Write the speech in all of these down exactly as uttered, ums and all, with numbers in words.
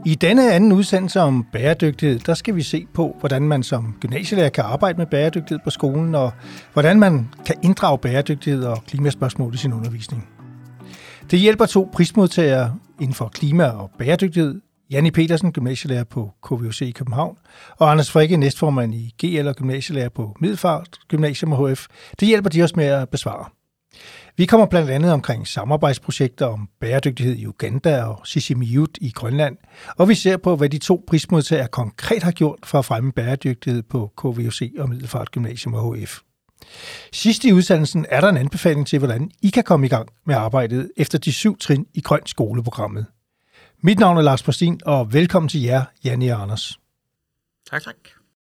I denne anden udsendelse om bæredygtighed, der skal vi se på, hvordan man som gymnasielærer kan arbejde med bæredygtighed på skolen, og hvordan man kan inddrage bæredygtighed og klimaspørgsmål i sin undervisning. Det hjælper to prismodtagere inden for klima og bæredygtighed, Janni Petersen, gymnasielærer på K V U C i København, og Anders Fricke, næstformand i G L og gymnasielærer på Middelfart Gymnasium og H F. Det hjælper de os med at besvare. Vi kommer blandt andet omkring samarbejdsprojekter om bæredygtighed i Uganda og Sisimiut i Grønland, og vi ser på, hvad de to prismodtagere konkret har gjort for at fremme bæredygtighed på K V U C og Middelfart Gymnasium og H F. Sidst i udsendelsen er der en anbefaling til, hvordan I kan komme i gang med arbejdet efter de syv trin i Grøn Skole-programmet. Mit navn er Lars Postin, og velkommen til jer, Janni og Anders. Tak, tak.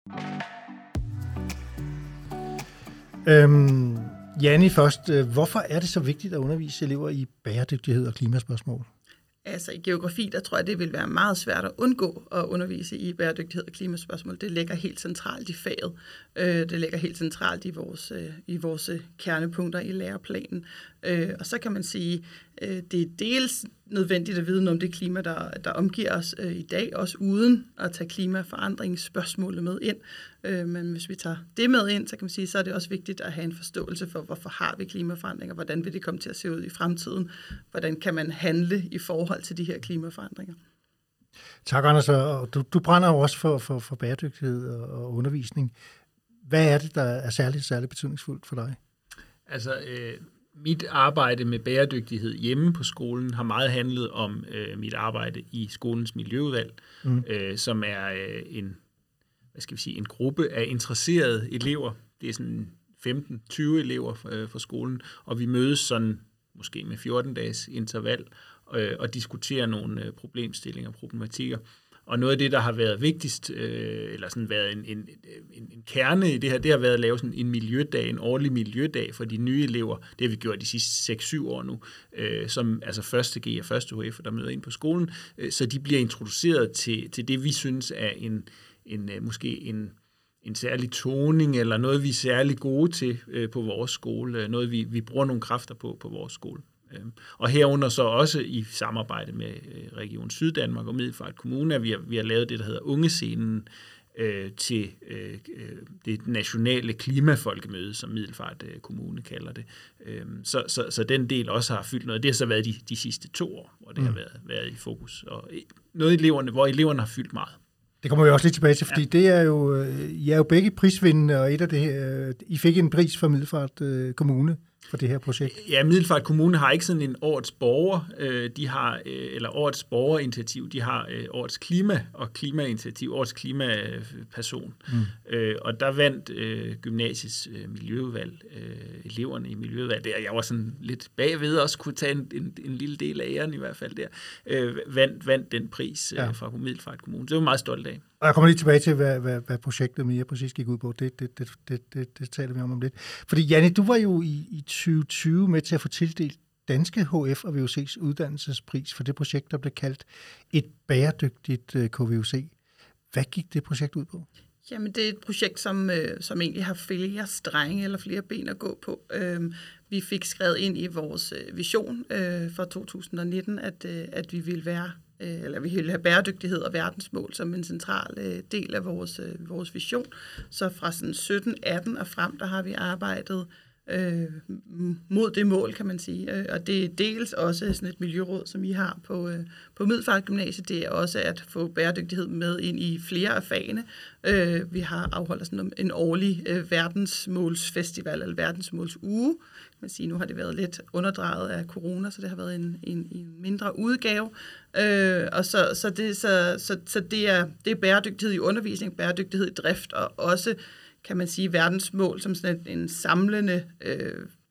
Øhm, Janni først, hvorfor er det så vigtigt at undervise elever i bæredygtighed og klimaspørgsmål? Altså i geografi, der tror jeg, det vil være meget svært at undgå at undervise i bæredygtighed og klimaspørgsmål. Det ligger helt centralt i faget. Det ligger helt centralt i vores, i vores kernepunkter i læreplanen. Og så kan man sige, det er dels nødvendigt at vide om det klima, der, der omgiver os i dag, også uden at tage klimaforandringsspørgsmålet med ind. Men hvis vi tager det med ind, så kan man sige, så er det også vigtigt at have en forståelse for, hvorfor har vi klimaforandringer, hvordan vil det komme til at se ud i fremtiden, hvordan kan man handle i forhold til de her klimaforandringer. Tak, Anders. Du, du brænder jo også for, for, for bæredygtighed og, og undervisning. Hvad er det, der er særligt, særligt betydningsfuldt for dig? Altså, øh, mit arbejde med bæredygtighed hjemme på skolen har meget handlet om øh, mit arbejde i skolens miljøudvalg, mm. øh, som er øh, en, hvad skal vi sige, en gruppe af interesserede elever. Det er sådan femten til tyve elever øh, fra skolen, og vi mødes sådan måske med fjorten dages interval øh, og diskuterer nogle øh, problemstillinger og problematikker. Og noget af det, der har været vigtigst, øh, eller sådan været en, en, en, en kerne i det her, det har været at lave sådan en miljødag, en årlig miljødag for de nye elever. Det har vi gjort de sidste seks syv år nu, øh, som altså første G og første H F, der møder ind på skolen, øh, så de bliver introduceret til, til det, vi synes er en, en måske en, en særlig toning, eller noget, vi er særlig gode til øh, på vores skole, noget, vi, vi bruger nogle kræfter på på vores skole. Og herunder så også i samarbejde med Region Syddanmark og Middelfart Kommune, at vi har, vi har lavet det, der hedder Ungescenen øh, til øh, det nationale klimafolkemøde, som Middelfart øh, Kommune kalder det. Øh, så, så, så den del også har fyldt noget. Det har så været de, de sidste to år, hvor det mm. har været, været i fokus. Og noget eleverne, hvor eleverne har fyldt meget. Det kommer vi også lidt tilbage til, fordi ja. det er jo, I er jo begge prisvindende, og et af det her, I fik en pris fra Middelfart øh, Kommune for det her projekt. Ja, Middelfart Kommune har ikke sådan en årets borger, øh, de har, øh, eller årets borgerinitiativ, de har øh, årets klima og klimainitiativ, årets klimaperson. Mm. Øh, og der vandt øh, gymnasiets øh, miljøudvalg, øh, eleverne i miljøudvalg, der jeg var sådan lidt bagved, også kunne tage en, en, en lille del af æren i hvert fald der, øh, vandt, vandt den pris øh, ja. fra Middelfart Kommune. Det var meget stolt af. Og jeg kommer lige tilbage til, hvad, hvad, hvad projektet mere præcis gik ud på. Det, det, det, det, det, det taler vi om om lidt. Fordi Janni, du var jo i, i tyve tyve med til at få tildelt Danske H F og V U C's uddannelsespris for det projekt, der blev kaldt Et bæredygtigt K V U C. Hvad gik det projekt ud på? Jamen, det er et projekt, som, øh, som egentlig har flere strenge eller flere ben at gå på. Øh, vi fik skrevet ind i vores øh, vision øh, for to tusind nitten, at, øh, at vi ville være eller vi vil have bæredygtighed og verdensmål som en central øh, del af vores, øh, vores vision. Så fra sådan sytten atten og frem, der har vi arbejdet øh, mod det mål, kan man sige. Og det er dels også sådan et miljøråd, som I har på, øh, på Middelfart Gymnasiet. Det er også at få bæredygtighed med ind i flere af fagene. Øh, vi har afholdt sådan en årlig øh, verdensmålsfestival, eller verdensmålsuge. Man sige, nu har det været lidt underdrejet af corona, så det har været en, en, en mindre udgave. Øh, og så, så, det, så, så, så det, er, det er bæredygtighed i undervisning, bæredygtighed i drift, og også, kan man sige, verdensmål som sådan en, en samlende øh,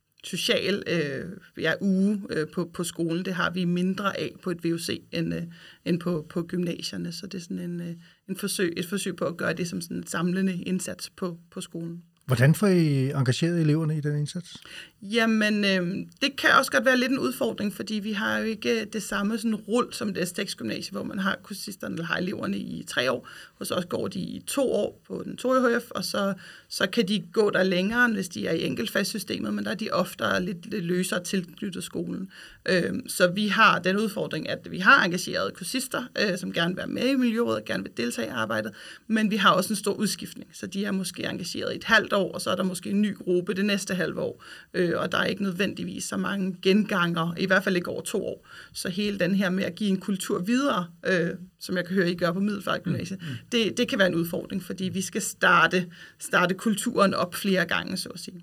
social øh, ja, uge øh, på, på skolen. Det har vi mindre af på et V U C end, øh, end på, på gymnasierne, så det er sådan en, øh, en forsøg, et forsøg på at gøre det som sådan en samlende indsats på, på skolen. Hvordan får I engageret eleverne i den indsats? Jamen, øh, det kan også godt være lidt en udfordring, fordi vi har jo ikke det samme sådan rul som et S T X gymnasie, hvor man har kursisterne, eller har eleverne i tre år. Hos os går de i to år på den toårige H F, og så, så kan de gå der længere, end hvis de er i enkeltfagssystemet, men der er de oftere lidt, lidt løsere tilknyttet skolen. Øh, så vi har den udfordring, at vi har engagerede kursister, øh, som gerne vil være med i miljøet og gerne vil deltage i arbejdet, men vi har også en stor udskiftning, så de er måske engageret i et halvt år, og så er der måske en ny gruppe det næste halve år, øh, og der er ikke nødvendigvis så mange genganger, i hvert fald ikke over to år. Så hele den her med at give en kultur videre, øh, som jeg kan høre, I gør på Middelfart Gymnasiet, mm, mm. det, det kan være en udfordring, fordi vi skal starte, starte kulturen op flere gange, så at sige.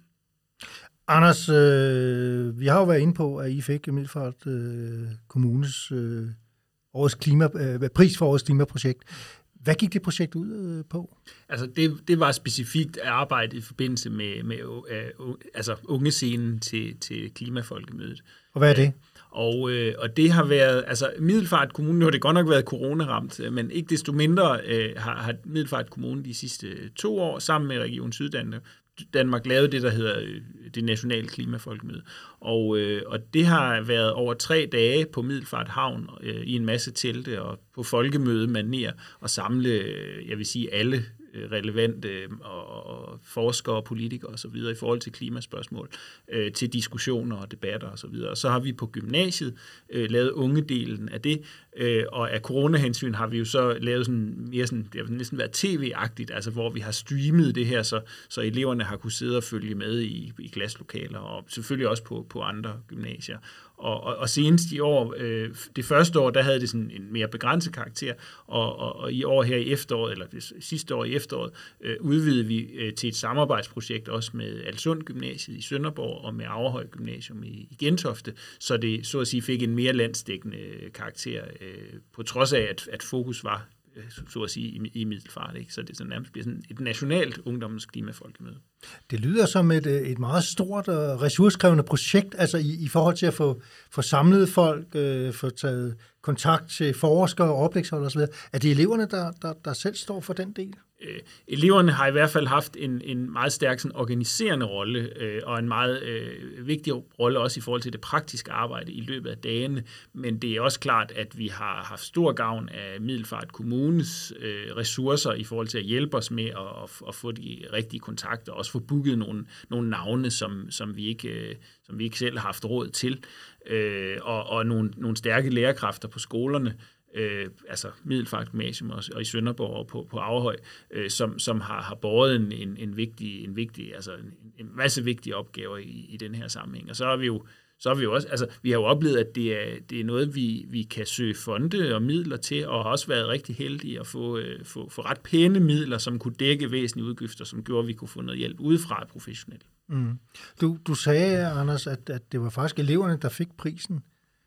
Anders, øh, vi har jo været inde på, at I fik Middelfart øh, Kommunes øh, årets klima, øh, pris for årets klimaprojekt. Hvad gik det projekt ud øh, på? Altså det, det var specifikt arbejde i forbindelse med, med øh, altså ungescenen til, til Klimafolkemødet. Og hvad er det? Og, øh, og det har været, altså Middelfart Kommune, nu har det godt nok været coronaramt, men ikke desto mindre øh, har, har Middelfart Kommune de sidste to år sammen med Region Syddanmark Danmark lavet det, der hedder det nationale klimafolkemøde. Og, øh, og det har været over tre dage på Middelfart Havn øh, i en masse telte og på folkemøde manér og samle, jeg vil sige, alle relevante og, og forskere og politikere osv. i forhold til klimaspørgsmål, øh, til diskussioner og debatter osv. Og så har vi på gymnasiet øh, lavet ungedelen af det, øh, og af coronahensyn har vi jo så lavet sådan mere sådan, det har næsten været tv-agtigt, altså hvor vi har streamet det her, så, så eleverne har kunne sidde og følge med i, i klasselokaler, og selvfølgelig også på, på andre gymnasier. Og, og, og senest i år, øh, det første år, der havde det sådan en mere begrænset karakter, og, og, og i år her i efteråret, eller det sidste år i efteråret, øh, udvidede vi øh, til et samarbejdsprojekt også med Alsund Gymnasiet i Sønderborg og med Averhøj Gymnasium i, i Gentofte, så det så at sige fik en mere landsdækkende karakter, øh, på trods af, at, at fokus var så at sige, i, i Middelfart. Ikke? Så det så nærmest bliver sådan et nationalt ungdommens klimafolkemøde. Det lyder som et, et meget stort og ressourcekrævende projekt, altså i, i forhold til at få, få samlet folk, øh, få taget kontakt til forskere og oplægshold osv. Er det eleverne, der, der, der selv står for den del? Øh, eleverne har i hvert fald haft en, en meget stærk sådan, organiserende rolle, øh, og en meget øh, vigtig rolle også i forhold til det praktiske arbejde i løbet af dagene, men det er også klart, at vi har haft stor gavn af Middelfart Kommunes øh, ressourcer i forhold til at hjælpe os med at, at, at få de rigtige kontakter, og også få booket nogle, nogle navne, som, som, vi ikke, øh, som vi ikke selv har haft råd til, øh, og, og nogle, nogle stærke lærerkræfter på skolerne, Øh, altså Middelfart Gymnasium og, og i Sønderborg og på, på Averhøj, øh, som, som har, har båret en, en, en vigtig, en vigtig, altså en, en masse vigtige opgaver i, i den her sammenhæng. Og så har vi jo, så har vi jo også, altså vi har jo oplevet, at det er, det er noget, vi, vi kan søge fonde og midler til, og har også været rigtig heldige at få, øh, få, få ret pæne midler, som kunne dække væsentlige udgifter, som gjorde, at vi kunne få noget hjælp udefra professionelt. Mm. Du, du sagde, Anders, at, at det var faktisk eleverne, der fik prisen.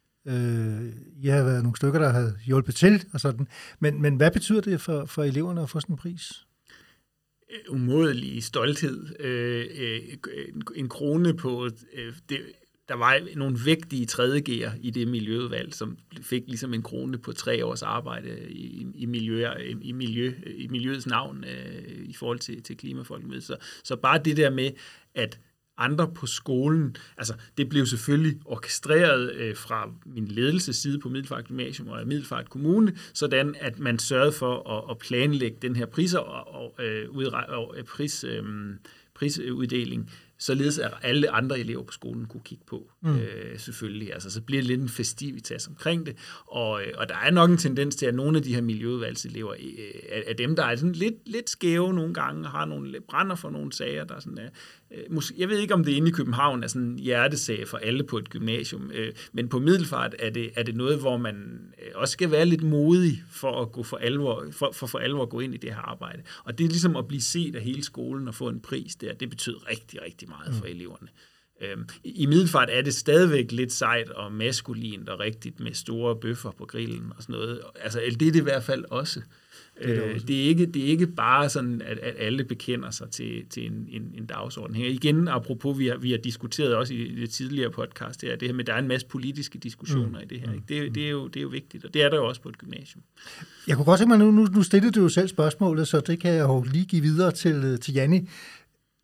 Øh, I har været nogle stykker, der havde hjulpet til, og sådan. Men, men hvad betyder det for, for eleverne at få sådan en pris? Umådelig stolthed. Øh, en, en krone på... Øh, det, der var nogle vægtige tredje G'er i det miljøudvalg, som fik ligesom en krone på tre års arbejde i, i, miljø, i, miljø, i miljøets navn øh, i forhold til, til klimafolkemødet. Så, så bare det der med, at andre på skolen, altså det blev selvfølgelig orkestreret øh, fra min ledelses side på Middelfart Gymnasium og Middelfart Kommune, sådan at man sørgede for at, at planlægge den her priser og, og, øh, udre- og pris, øh, prisuddeling, således at alle andre elever på skolen kunne kigge på, mm. øh, selvfølgelig. Altså, så bliver det lidt en festivitas omkring det, og, og der er nok en tendens til, at nogle af de her miljøudvalgselever øh, er dem, der er sådan lidt, lidt skæve nogle gange, har nogle brænder for nogle sager, der sådan er, øh, måske, jeg ved ikke, om det inde i København er sådan en hjertesag for alle på et gymnasium, øh, men på Middelfart er det, er det noget, hvor man øh, også skal være lidt modig for at gå for alvor, for, for, for alvor at gå ind i det her arbejde. Og det er ligesom at blive set af hele skolen og få en pris der, det betyder rigtig, rigtig meget for eleverne. Øhm, I Middelfart er det stadigvæk lidt sejt og maskulint og rigtigt med store bøffer på grillen og sådan noget. Altså, det er det i hvert fald også. Det er, det også. Øh, det er, ikke, det er ikke bare sådan, at, at alle bekender sig til, til en, en, en dagsorden her. Igen, apropos, vi har, vi har diskuteret også i det tidligere podcast her, det her med, der er en masse politiske diskussioner mm. i det her. Ikke? Det, det, er jo, det er jo vigtigt, og det er der jo også på et gymnasium. Jeg kunne godt tænke mig, nu, nu, nu stillede du jo selv spørgsmålet, så det kan jeg jo lige give videre til, til Janni.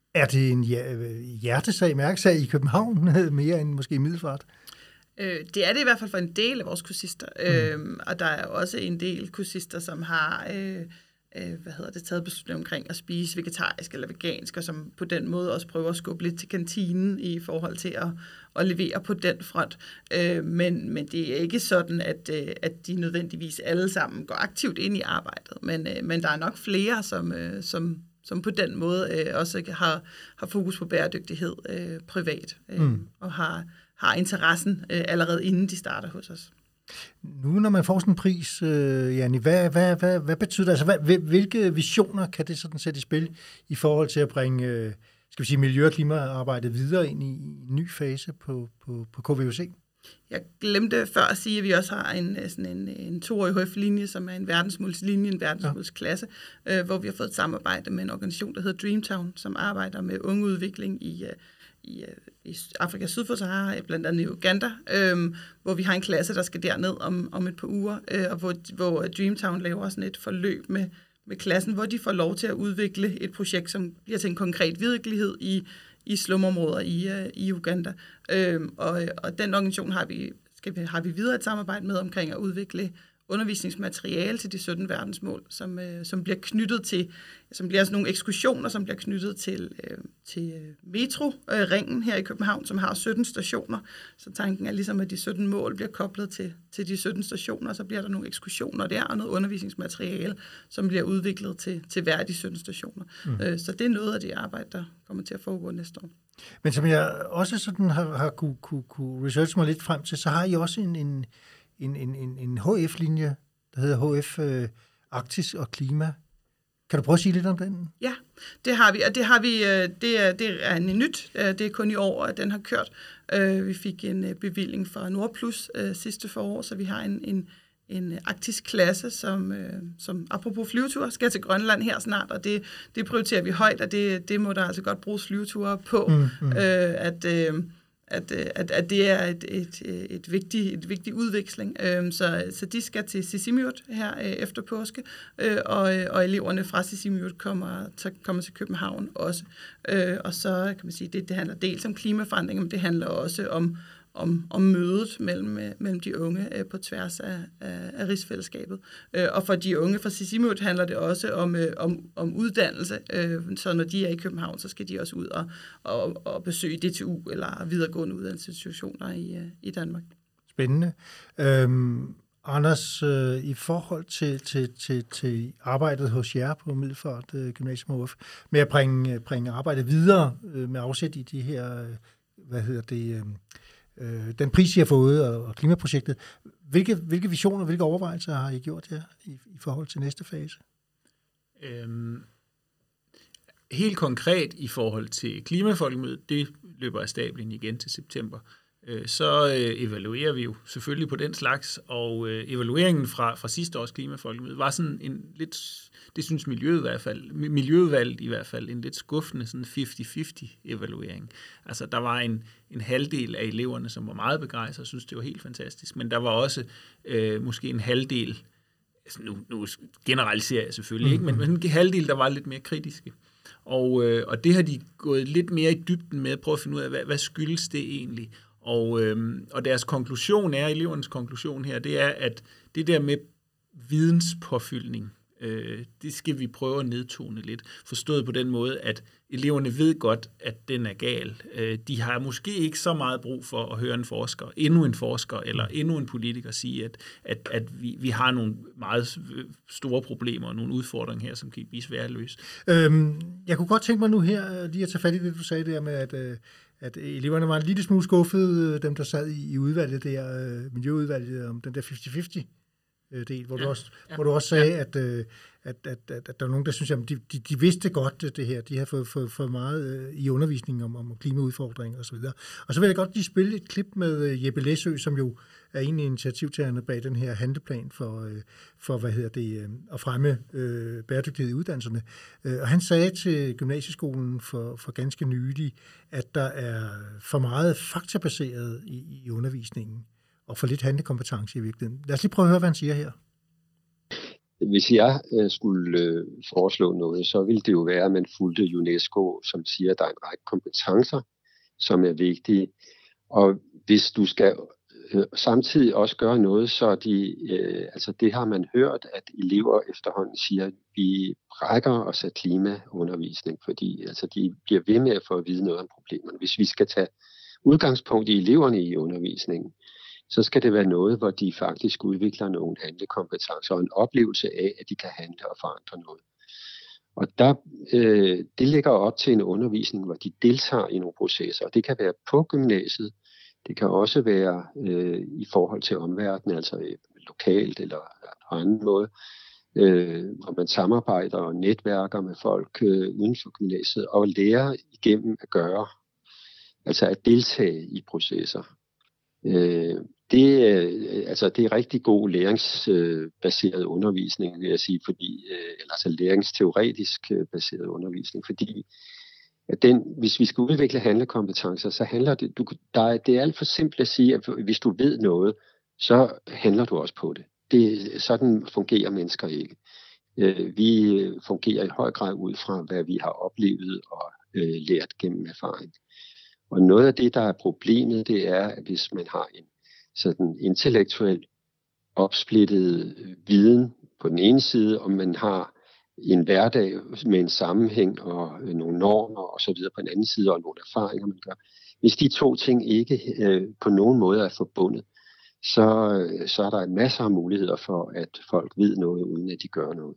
Er det en hjertesag, mærkesag i København, mere end måske i Middelfart? Øh, det er det i hvert fald for en del af vores kursister. Mm. Øh, og der er også en del kursister, som har øh, øh, hvad hedder det, taget beslutning omkring at spise vegetarisk eller vegansk, og som på den måde også prøver at skubbe lidt til kantinen i forhold til at, at levere på den front. Øh, men, men det er ikke sådan, at, øh, at de nødvendigvis alle sammen går aktivt ind i arbejdet. Men, øh, men der er nok flere, som... Øh, som som på den måde øh, også har, har fokus på bæredygtighed øh, privat, øh, mm. og har, har interessen øh, allerede inden de starter hos os. Nu når man får sådan en pris, øh, Janni, hvad, hvad, hvad, hvad betyder det? Altså, hvad, hvilke visioner kan det sådan sætte i spil i forhold til at bringe øh, skal vi sige, miljø- og klimaarbejdet videre ind i, i en ny fase på, på, på K V U C? Jeg glemte før at sige, at vi også har en, sådan en, en toårig H F-linje, som er en verdensmålslinje, en verdensmålsklasse, ja. øh, hvor vi har fået et samarbejde med en organisation, der hedder Dreamtown, som arbejder med ungeudvikling i, i, i Afrika syd for Sahara, blandt andet i Uganda, øh, hvor vi har en klasse, der skal derned om, om et par uger, øh, og hvor, hvor Dreamtown laver sådan et forløb med, med klassen, hvor de får lov til at udvikle et projekt, som bliver til en konkret virkelighed i i slumområder i, uh, i Uganda. Øhm, og, og den organisation har vi, skal vi, har vi videre et samarbejde med omkring at udvikle undervisningsmateriale til de sytten verdensmål, som, uh, som bliver knyttet til, som bliver sådan nogle ekskursioner, som bliver knyttet til, uh, til metro-ringen uh, her i København, som har sytten stationer. Så tanken er ligesom, at de sytten mål bliver koblet til, til de sytten stationer, og så bliver der nogle ekskursioner der, og noget undervisningsmateriale, som bliver udviklet til, til hver af de sytten stationer. Mm. Uh, så det er noget af det arbejde, der kommer til at foregå næste år. Men som jeg også sådan har, har kunne, kunne, kunne researche mig lidt frem til, så har I også en, en, en, en, en H F-linje, der hedder H F øh, Arktis og Klima. Kan du prøve at sige lidt om den? Ja, det har vi, og det har vi, det er, det er en nyt, det er kun i år, at den har kørt. Vi fik en bevilling fra Nordplus sidste forår, så vi har en, en, en arktisk klasse, som, som apropos flyveture, skal til Grønland her snart, og det, det prioriterer vi højt, og det, det må der altså godt bruges flyveture på, mm, mm. at... At, at, at det er et, et, et vigtigt et vigtig udveksling. Så, så de skal til Sisimiut her efter påske, og, og eleverne fra Sisimiut kommer, kommer til København også. Og så kan man sige, det, det handler dels om klimaforandringer, men det handler også om, om, om mødet mellem, mellem de unge på tværs af, af, af rigsfællesskabet. Og for de unge fra Sisimiut handler det også om, om, om uddannelse, så når de er i København, så skal de også ud og, og, og besøge D T U eller videregående uddannelsesinstitutioner i, i Danmark. Spændende. Øhm, Anders, øh, i forhold til, til, til, til arbejdet hos jer på Middelfart øh, Gymnasium H F, med at bringe, bringe arbejdet videre øh, med afsæt i de her, øh, hvad hedder det... Øh, den pris, I har fået, og klimaprojektet. Hvilke, hvilke visioner, hvilke overvejelser har I gjort her i, i forhold til næste fase? Øhm, helt konkret i forhold til klimafolkemødet, det løber af stablen igen til september. Øh, så øh, evaluerer vi jo selvfølgelig på den slags, og øh, evalueringen fra, fra sidste års klimafolkemøde var sådan en lidt, det synes miljøet i hvert fald, miljøudvalget i hvert fald, en lidt skuffende sådan halvtreds halvtreds evaluering. Altså der var en, en halvdel af eleverne, som var meget begejstrede og synes det var helt fantastisk, men der var også øh, måske en halvdel, altså nu, nu generaliserer jeg selvfølgelig mm-hmm. ikke, men, men en halvdel, der var lidt mere kritiske. Og, øh, og det har de gået lidt mere i dybden med at prøve at finde ud af, hvad, hvad skyldes det egentlig? Og, øhm, og deres konklusion er, elevernes konklusion her, det er, at det der med videnspåfyldning, øh, det skal vi prøve at nedtone lidt. Forstået på den måde, at eleverne ved godt, at den er gal. Øh, de har måske ikke så meget brug for at høre en forsker, endnu en forsker, eller endnu en politiker sige, at, at, at vi, vi har nogle meget store problemer og nogle udfordringer her, som kan blive svære at løse. Øhm, jeg kunne godt tænke mig nu her lige at tage fat i det, du sagde der med, at øh at eleverne var en lille smule skuffede, dem der sad i udvalget der, miljøudvalget, om den der halvtreds halvtreds del, hvor, ja, du, også, ja, hvor du også sagde, ja. at, at, at, at, at der var nogen, der synes, at de, de, de vidste godt det her, de har fået, fået, fået meget i undervisningen om, om klimaudfordringer osv. Og så vil jeg godt lige spille et klip med Jeppe Læsø, som jo er en af initiativtagerne bag den her handleplan for, for hvad hedder det, at fremme øh, bæredygtighed i uddannelserne. Og han sagde til gymnasieskolen for, for ganske nylig, at der er for meget faktabaseret i, i undervisningen, og for lidt handlekompetence i virkeligheden. Lad os lige prøve at høre, hvad han siger her. hvis jeg øh, skulle øh, foreslå noget, så ville det jo være, at man fulgte UNESCO, som siger, at der er en række kompetencer, som er vigtige. Og hvis du skal øh, samtidig også gøre noget, så de, øh, altså det har man hørt, at elever efterhånden siger, at vi brækker os af klimaundervisning, fordi altså, de bliver ved med at få at vide noget om problemerne. Hvis vi skal tage udgangspunkt i eleverne i undervisningen, så skal det være noget, hvor de faktisk udvikler nogle handlekompetencer og en oplevelse af, at de kan handle og forandre noget. Og der, øh, det ligger op til en undervisning, hvor de deltager i nogle processer. Og det kan være på gymnasiet, det kan også være øh, i forhold til omverdenen, altså øh, lokalt eller på anden måde, øh, hvor man samarbejder og netværker med folk øh, uden for gymnasiet og lærer igennem at gøre, altså at deltage i processer. Øh, det, altså det er rigtig god læringsbaseret undervisning, vil jeg sige, fordi, altså læringsteoretisk baseret undervisning, fordi at den, hvis vi skal udvikle handlekompetencer, så handler det, du, der er, det er alt for simpelt at sige, at hvis du ved noget, så handler du også på det. det sådan fungerer mennesker ikke. Vi fungerer i høj grad ud fra, hvad vi har oplevet og øh, lært gennem erfaring. Og noget af det, der er problemet, det er, at hvis man har en sådan intellektuel opsplittet viden på den ene side, og man har en hverdag med en sammenhæng og nogle normer og så videre på den anden side, og nogle erfaringer, man gør. Hvis de to ting ikke øh, på nogen måde er forbundet, så, så er der en masse af muligheder for, at folk ved noget, uden at de gør noget.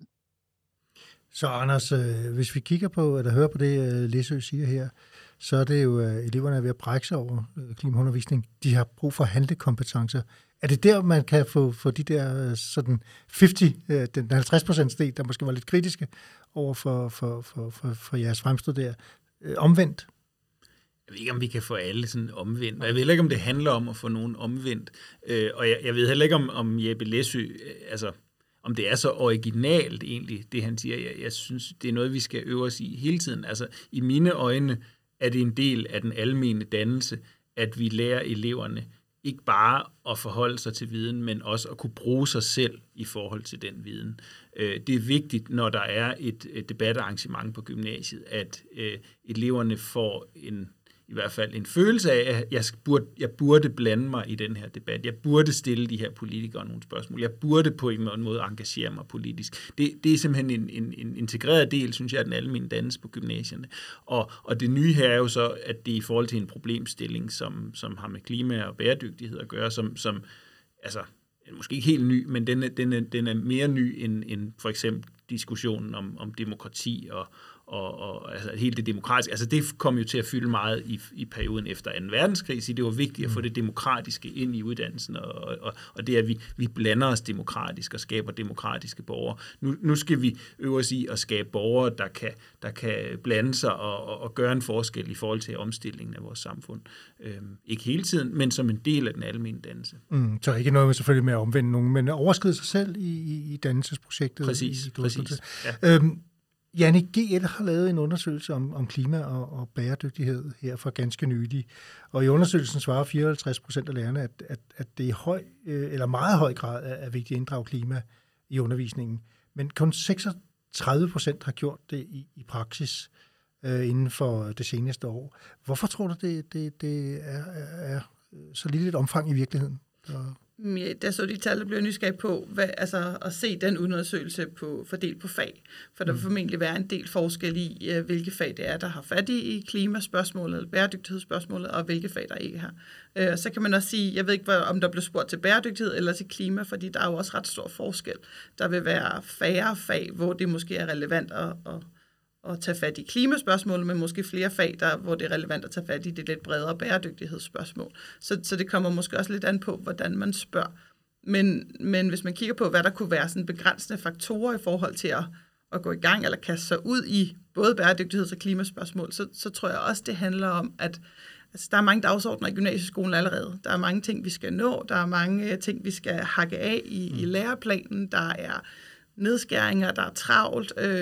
Så Anders, øh, hvis vi kigger på, eller hører på det, øh, Læsø siger her, så er det jo, at øh, eleverne er ved at brække sig over øh, klimaundervisning. De har brug for handlekompetencer. Er det der, man kan få, få de der sådan halvtreds, øh, den halvtreds procent del, der måske var lidt kritiske over for, for, for, for, for jeres fremstød der, øh, omvendt? Jeg ved ikke, om vi kan få alle sådan omvendt. Jeg ved heller ikke, om det handler om at få nogen omvendt. Øh, og jeg, jeg ved heller ikke, om, om Jeppe Læsø, øh, altså om det er så originalt egentlig, det han siger. Jeg, jeg synes, det er noget, vi skal øve os i hele tiden. Altså, i mine øjne er det en del af den almene dannelse, at vi lærer eleverne ikke bare at forholde sig til viden, men også at kunne bruge sig selv i forhold til den viden. Det er vigtigt, når der er et, et debatarrangement på gymnasiet, at øh, eleverne får en, i hvert fald en følelse af, at jeg burde, jeg burde blande mig i den her debat. Jeg burde stille de her politikere nogle spørgsmål. Jeg burde på en måde engagere mig politisk. Det, det er simpelthen en, en, en integreret del, synes jeg, af den almene dannelse på gymnasierne. Og, og det nye her er jo så, at det er i forhold til en problemstilling, som, som har med klima og bæredygtighed at gøre, som, som altså, måske ikke helt ny, men den er, den er, den er mere ny end, end for eksempel diskussionen om, om demokrati og Og, og altså, hele det demokratiske, altså det kom jo til at fylde meget i, i perioden efter anden verdenskrig, så det var vigtigt at få det demokratiske ind i uddannelsen, og, og, og det er, at vi, vi blander os demokratisk og skaber demokratiske borgere. Nu, nu skal vi øve os i at skabe borgere, der kan, der kan blande sig og, og, og gøre en forskel i forhold til omstillingen af vores samfund. Øhm, ikke hele tiden, men som en del af den almene dannelse. Mm, så ikke noget med selvfølgelig med at omvende nogen, men overskride sig selv i, i, i dannelsesprojektet. Præcis, i, præcis. Ja. Øhm, Jannik, G L har lavet en undersøgelse om, om klima og, og bæredygtighed her for ganske nylig. Og i undersøgelsen svarer fireoghalvtreds procent af lærerne, at, at, at det i høj eller meget høj grad er, er vigtigt at inddrage klima i undervisningen. Men kun seksogtredive procent har gjort det i, i praksis øh, inden for det seneste år. Hvorfor tror du, det, det, det er, er, er så lille et omfang i virkeligheden? Der Der så de tal, der bliver nysgerrig på, hvad, altså at se den undersøgelse på, fordelt på fag. For der vil formentlig være en del forskel i, hvilke fag det er, der har fat i klimaspørgsmålet, eller bæredygtighedsspørgsmålet, og hvilke fag, der ikke har. Så kan man også sige, jeg ved ikke, om der bliver spurgt til bæredygtighed eller til klima, fordi der er jo også ret stor forskel. Der vil være færre fag, hvor det måske er relevant at, at at tage fat i klimaspørgsmål, men måske flere fag, der, hvor det er relevant at tage fat i det lidt bredere bæredygtighedsspørgsmål. Så, så det kommer måske også lidt an på, hvordan man spørger. Men, men hvis man kigger på, hvad der kunne være sådan begrænsende faktorer i forhold til at, at gå i gang eller kaste sig ud i både bæredygtigheds- og klimaspørgsmål, så, så tror jeg også, det handler om, at altså, der er mange dagsordner i gymnasieskolen allerede. Der er mange ting, vi skal nå. Der er mange ting, vi skal hakke af i, mm. i læreplanen. Der er nedskæringer, der er travlt. Øh,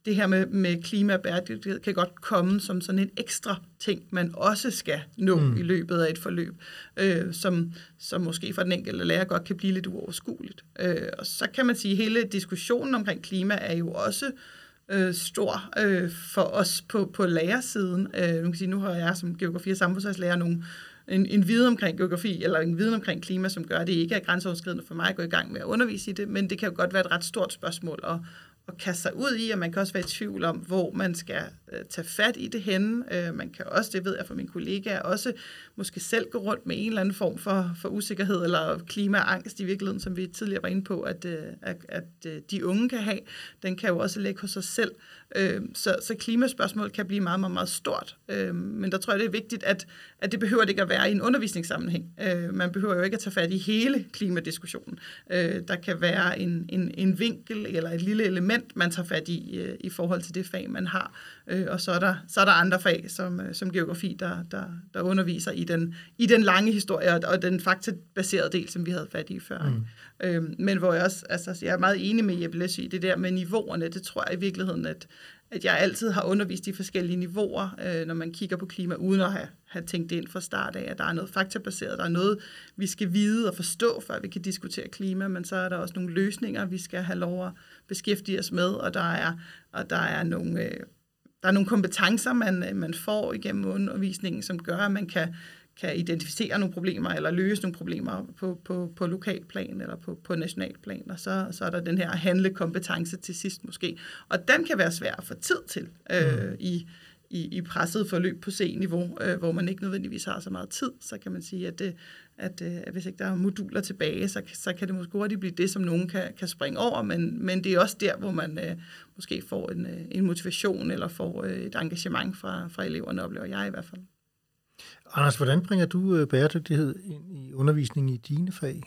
det her med, med klima og bæredygtighed kan godt komme som sådan en ekstra ting, man også skal nå mm. i løbet af et forløb, øh, som, som måske for den enkelte lærer godt kan blive lidt uoverskueligt. Øh, og så kan man sige, at hele diskussionen omkring klima er jo også øh, stor øh, for os på, på lærersiden. Øh, nu, kan sige, nu har jeg som geografi- og samfundsfagslærer nogle En, en viden omkring geografi, eller en viden omkring klima, som gør, at det ikke er grænseoverskridende for mig at gå i gang med at undervise i det, men det kan jo godt være et ret stort spørgsmål at, at kaste sig ud i, og man kan også være i tvivl om, hvor man skal uh, tage fat i det henne. Uh, man kan også, det ved jeg fra mine kollegaer, også måske selv gå rundt med en eller anden form for, for usikkerhed eller klimaangst i virkeligheden, som vi tidligere var inde på, at, uh, at, at uh, de unge kan have. Den kan jo også ligge hos sig selv. Uh, så, så klimaspørgsmål kan blive meget, meget, meget stort. Uh, men der tror jeg, det er vigtigt, at, at det behøver ikke at være i en undervisningssammenhæng. Uh, man behøver jo ikke at tage fat i hele klimadiskussionen. Uh, der kan være en, en, en vinkel eller et lille element, man tager fat i uh, i forhold til det fag, man har. Uh, og så er, der, så er der andre fag, som, uh, som geografi, der, der, der underviser i den, i den lange historie og, og den faktabaserede del, som vi havde fat i før. Mm. Uh, men hvor jeg også, altså, jeg er meget enig med Jeppe Læsø i det der med niveauerne. Det tror jeg i virkeligheden, at at jeg altid har undervist i forskellige niveauer, øh, når man kigger på klima, uden at have, have tænkt det ind fra start af, at der er noget faktabaseret, der er noget, vi skal vide og forstå, før vi kan diskutere klima, men så er der også nogle løsninger, vi skal have lov at beskæftige os med, og der er, og der er nogle, øh, der er nogle kompetencer, man, man får igennem undervisningen, som gør, at man kan kan identificere nogle problemer, eller løse nogle problemer på, på, på lokalplan, eller på, på nationalplan, og så, så er der den her handlekompetence til sidst måske. Og den kan være svær at få tid til øh, mm. i, i, i presset forløb på C-niveau, øh, hvor man ikke nødvendigvis har så meget tid. Så kan man sige, at, det, at, at hvis ikke der er moduler tilbage, så, så kan det måske hurtigt blive det, som nogen kan, kan springe over, men, men det er også der, hvor man øh, måske får en, en motivation, eller får øh, et engagement fra, fra eleverne, oplever jeg i hvert fald. Anders, hvordan bringer du bæredygtighed ind i undervisningen i dine fag?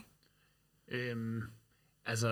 Øhm, altså,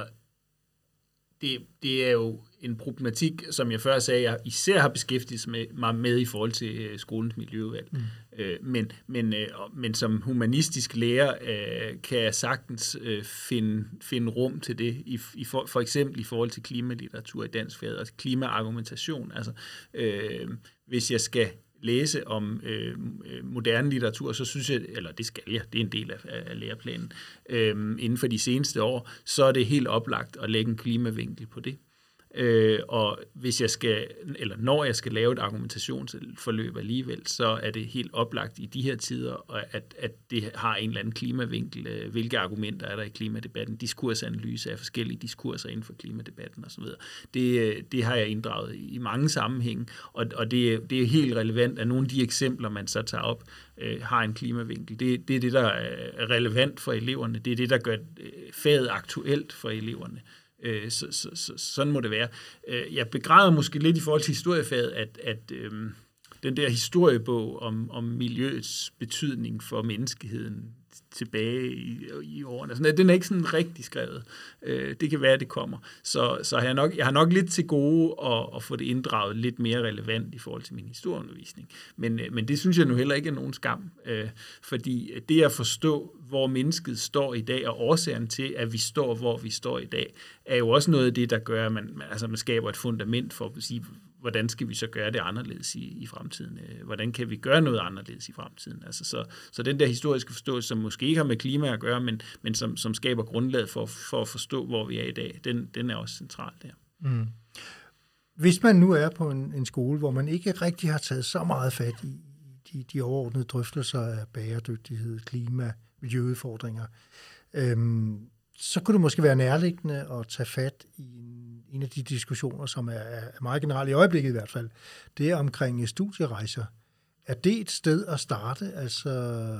det, det er jo en problematik, som jeg før sagde, jeg især har beskæftiget med, mig med i forhold til uh, skolens miljøudvalg. Mm. Øh, men, men, øh, men som humanistisk lærer øh, kan jeg sagtens øh, finde, finde rum til det, i, i for, for eksempel i forhold til klimalitteratur i dansk fag, og klimaargumentation. Altså, øh, hvis jeg skal læse om øh, moderne litteratur, så synes jeg, eller det skal jeg, det er en del af, af læreplanen, øh, inden for de seneste år, så er det helt oplagt at lægge en klimavinkel på det. Øh, og hvis jeg skal, eller når jeg skal lave et argumentationsforløb alligevel, så er det helt oplagt i de her tider, at, at det har en eller anden klimavinkel. Hvilke argumenter er der i klimadebatten? Diskursanalyse af forskellige diskurser inden for klimadebatten osv. Det, det har jeg inddraget i mange sammenhænge, og, og det, det er helt relevant, at nogle af de eksempler, man så tager op, øh, har en klimavinkel. Det, det er det, der er relevant for eleverne. Det er det, der gør faget aktuelt for eleverne. Så, så, så, sådan må det være. Jeg begræder måske lidt i forhold til historiefaget, at, at øhm, den der historiebog om, om miljøets betydning for menneskeheden tilbage i, i årene, sådan, den er ikke sådan rigtig skrevet. Det kan være, at det kommer. Så, så har jeg, nok, jeg har nok lidt til gode at, at få det inddraget lidt mere relevant i forhold til min historieundervisning. Men, men det synes jeg nu heller ikke er nogen skam, fordi det at forstå, hvor mennesket står i dag, og årsagen til, at vi står, hvor vi står i dag, er jo også noget af det, der gør, at man, altså man skaber et fundament for at sige, hvordan skal vi så gøre det anderledes i, i fremtiden? Hvordan kan vi gøre noget anderledes i fremtiden? Altså, så, så den der historiske forståelse, som måske ikke har med klima at gøre, men, men som, som skaber grundlaget for, for at forstå, hvor vi er i dag, den, den er også central der. Mm. Hvis man nu er på en, en skole, hvor man ikke rigtig har taget så meget fat i de, de overordnede drøftelser af bæredygtighed, klima, miljøudfordringer, øhm, så kunne det måske være nærliggende at tage fat i en, en af de diskussioner, som er, er meget generelt i øjeblikket i hvert fald. Det er omkring studierejser. Er det et sted at starte? Altså,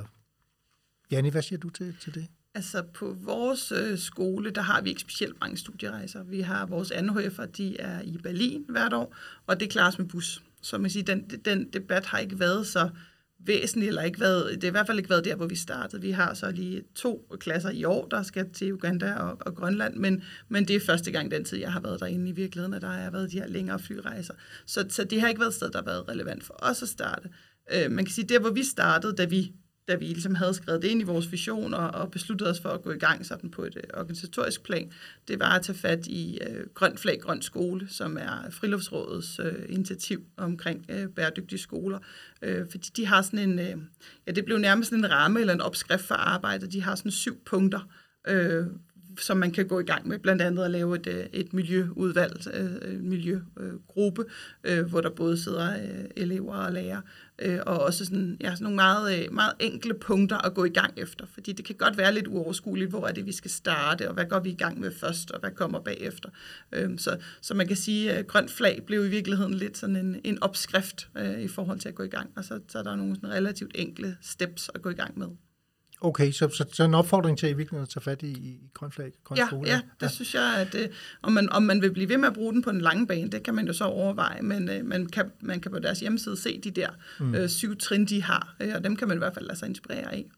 Janni, hvad siger du til, til det? Altså på vores øh, skole, der har vi ikke specielt mange studierejser. Vi har vores anden H F'er, de er i Berlin hvert år, og det klares med bus. Så man siger, den, den debat har ikke været så væsentligt, eller ikke været, det har i hvert fald ikke været der, hvor vi startede. Vi har så lige to klasser i år, der skal til Uganda og, og Grønland, men, men det er første gang den tid, jeg har været derinde i virkeligheden, og der har været de her længere flyrejser. Så, så det har ikke været et sted, der har været relevant for os at starte. Øh, man kan sige, der hvor vi startede, da vi da vi ligesom havde skrevet det ind i vores vision og, og besluttet os for at gå i gang sådan på et øh, organisatorisk plan, det var at tage fat i øh, Grøn Flag, Grøn Skole, som er Friluftsrådets øh, initiativ omkring øh, bæredygtige skoler. Øh, fordi de har sådan en, øh, ja, det blev nærmest en ramme eller en opskrift for arbejdet. De har sådan syv punkter, øh, som man kan gå i gang med, blandt andet at lave et, et miljøudvalg, en miljøgruppe, hvor der både sidder elever og lærere, og også sådan, ja, sådan nogle meget, meget enkle punkter at gå i gang efter, fordi det kan godt være lidt uoverskueligt, hvor er det, vi skal starte, og hvad går vi i gang med først, og hvad kommer bagefter. Så, så man kan sige, at Grønt Flag blev i virkeligheden lidt sådan en, en opskrift i forhold til at gå i gang, og så, så er der nogle sådan relativt enkle steps at gå i gang med. Okay, så, så, så en opfordring til i virkeligheden at tage fat i, i Grøn Flag, Grøn ja, Skole? Ja, det ja. synes jeg, at øh, om, man, om man vil blive ved med at bruge den på den lange bane, det kan man jo så overveje, men øh, man, kan, man kan på deres hjemmeside se de der mm. øh, syv trin, de har, øh, og dem kan man i hvert fald lade sig inspirere af.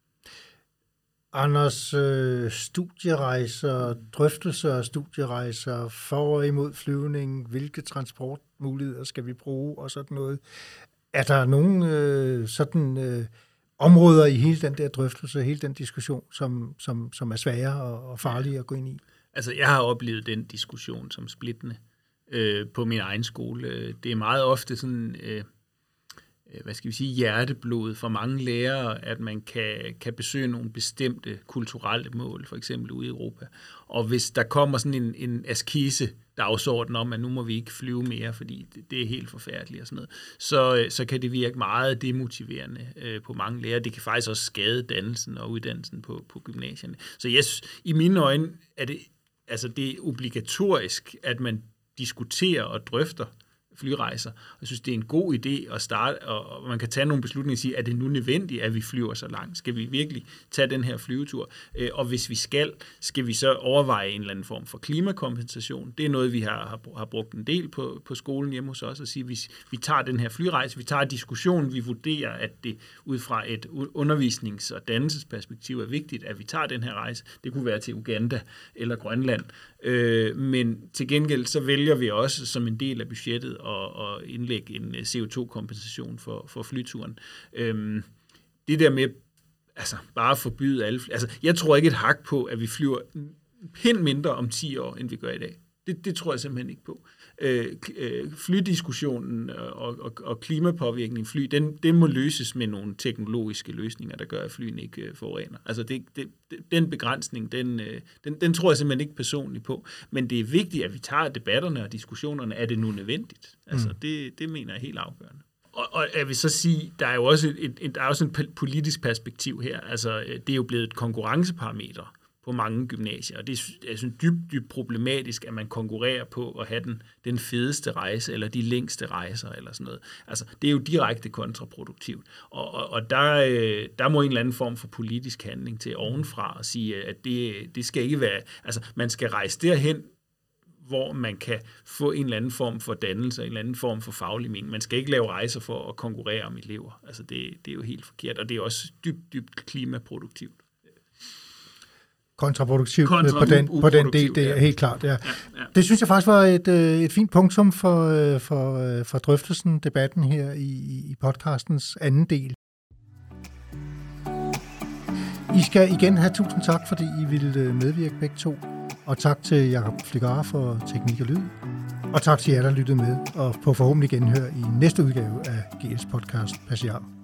Anders, øh, studierejser, drøftelser af studierejser, for og imod flyvning, hvilke transportmuligheder skal vi bruge og sådan noget. Er der nogen øh, sådan... Øh, områder i hele den der drøftelse, hele den diskussion, som, som, som er svære og, og farlige at gå ind i? Altså, jeg har oplevet den diskussion som splittende øh, på min egen skole. Det er meget ofte sådan, øh, hvad skal vi sige, hjerteblod for mange lærere, at man kan, kan besøge nogle bestemte kulturelle mål, for eksempel ude i Europa. Og hvis der kommer sådan en, en askese dagsorden om, at nu må vi ikke flyve mere, fordi det, det er helt forfærdeligt og sådan noget, så, så kan det virke meget demotiverende øh, på mange lærere. Det kan faktisk også skade dannelsen og uddannelsen på, på gymnasierne. Så jeg, i mine øjne er det, altså det er obligatorisk, at man diskuterer og drøfter flyrejser. Jeg synes, det er en god idé at starte, og man kan tage nogle beslutninger og sige, er det nu nødvendigt, at vi flyver så langt? Skal vi virkelig tage den her flyvetur? Og hvis vi skal, skal vi så overveje en eller anden form for klimakompensation. Det er noget, vi har, har brugt en del på, på skolen hjemme hos os, at sige, hvis vi tager den her flyrejse, vi tager diskussionen, vi vurderer, at det ud fra et undervisnings- og dannelsesperspektiv er vigtigt, at vi tager den her rejse. Det kunne være til Uganda eller Grønland. Men til gengæld så vælger vi også som en del af budgettet og, og indlægge en C O to kompensation for, for flyturen. Øhm, det der med altså, bare at forbyde alle fly, altså, jeg tror ikke et hak på, at vi flyver pind mindre om ti år, end vi gør i dag. Det, det tror jeg simpelthen ikke på. Øh, flydiskussionen og, og, og klimapåvirkning fly, den, den må løses med nogle teknologiske løsninger, der gør, at flyene ikke forurener. Altså det, det, den begrænsning, den, den, den tror jeg simpelthen ikke personligt på. Men det er vigtigt, at vi tager debatterne og diskussionerne. Er det nu nødvendigt? Altså mm. det, det mener jeg er helt afgørende. Og, og jeg vil så sige, der er jo også et, et, der er også et politisk perspektiv her. Altså det er jo blevet et konkurrenceparameter på mange gymnasier, og det er sådan dybt, dybt problematisk, at man konkurrerer på at have den, den fedeste rejse, eller de længste rejser, eller sådan noget. Altså, det er jo direkte kontraproduktivt, og, og, og der, der må en eller anden form for politisk handling til ovenfra, og sige, at det, det skal ikke være, altså, man skal rejse derhen, hvor man kan få en eller anden form for dannelse, en eller anden form for faglig mening. Man skal ikke lave rejser for at konkurrere om elever. Altså, det, det er jo helt forkert, og det er også dybt, dybt klimaproduktivt. Kontraproduktivt Kontra- på, den, på den del, det er ja. helt klart. Ja. Ja, ja. Det synes jeg faktisk var et, et fint punktum for, for, for drøftelsen, debatten her i, i podcastens anden del. I skal igen have tusind tak, fordi I ville medvirke begge to. Og tak til Jakob Flygar for teknik og lyd. Og tak til jer, der lyttede med, og på forhåbentlig genhør i næste udgave af G L's podcast Passiar.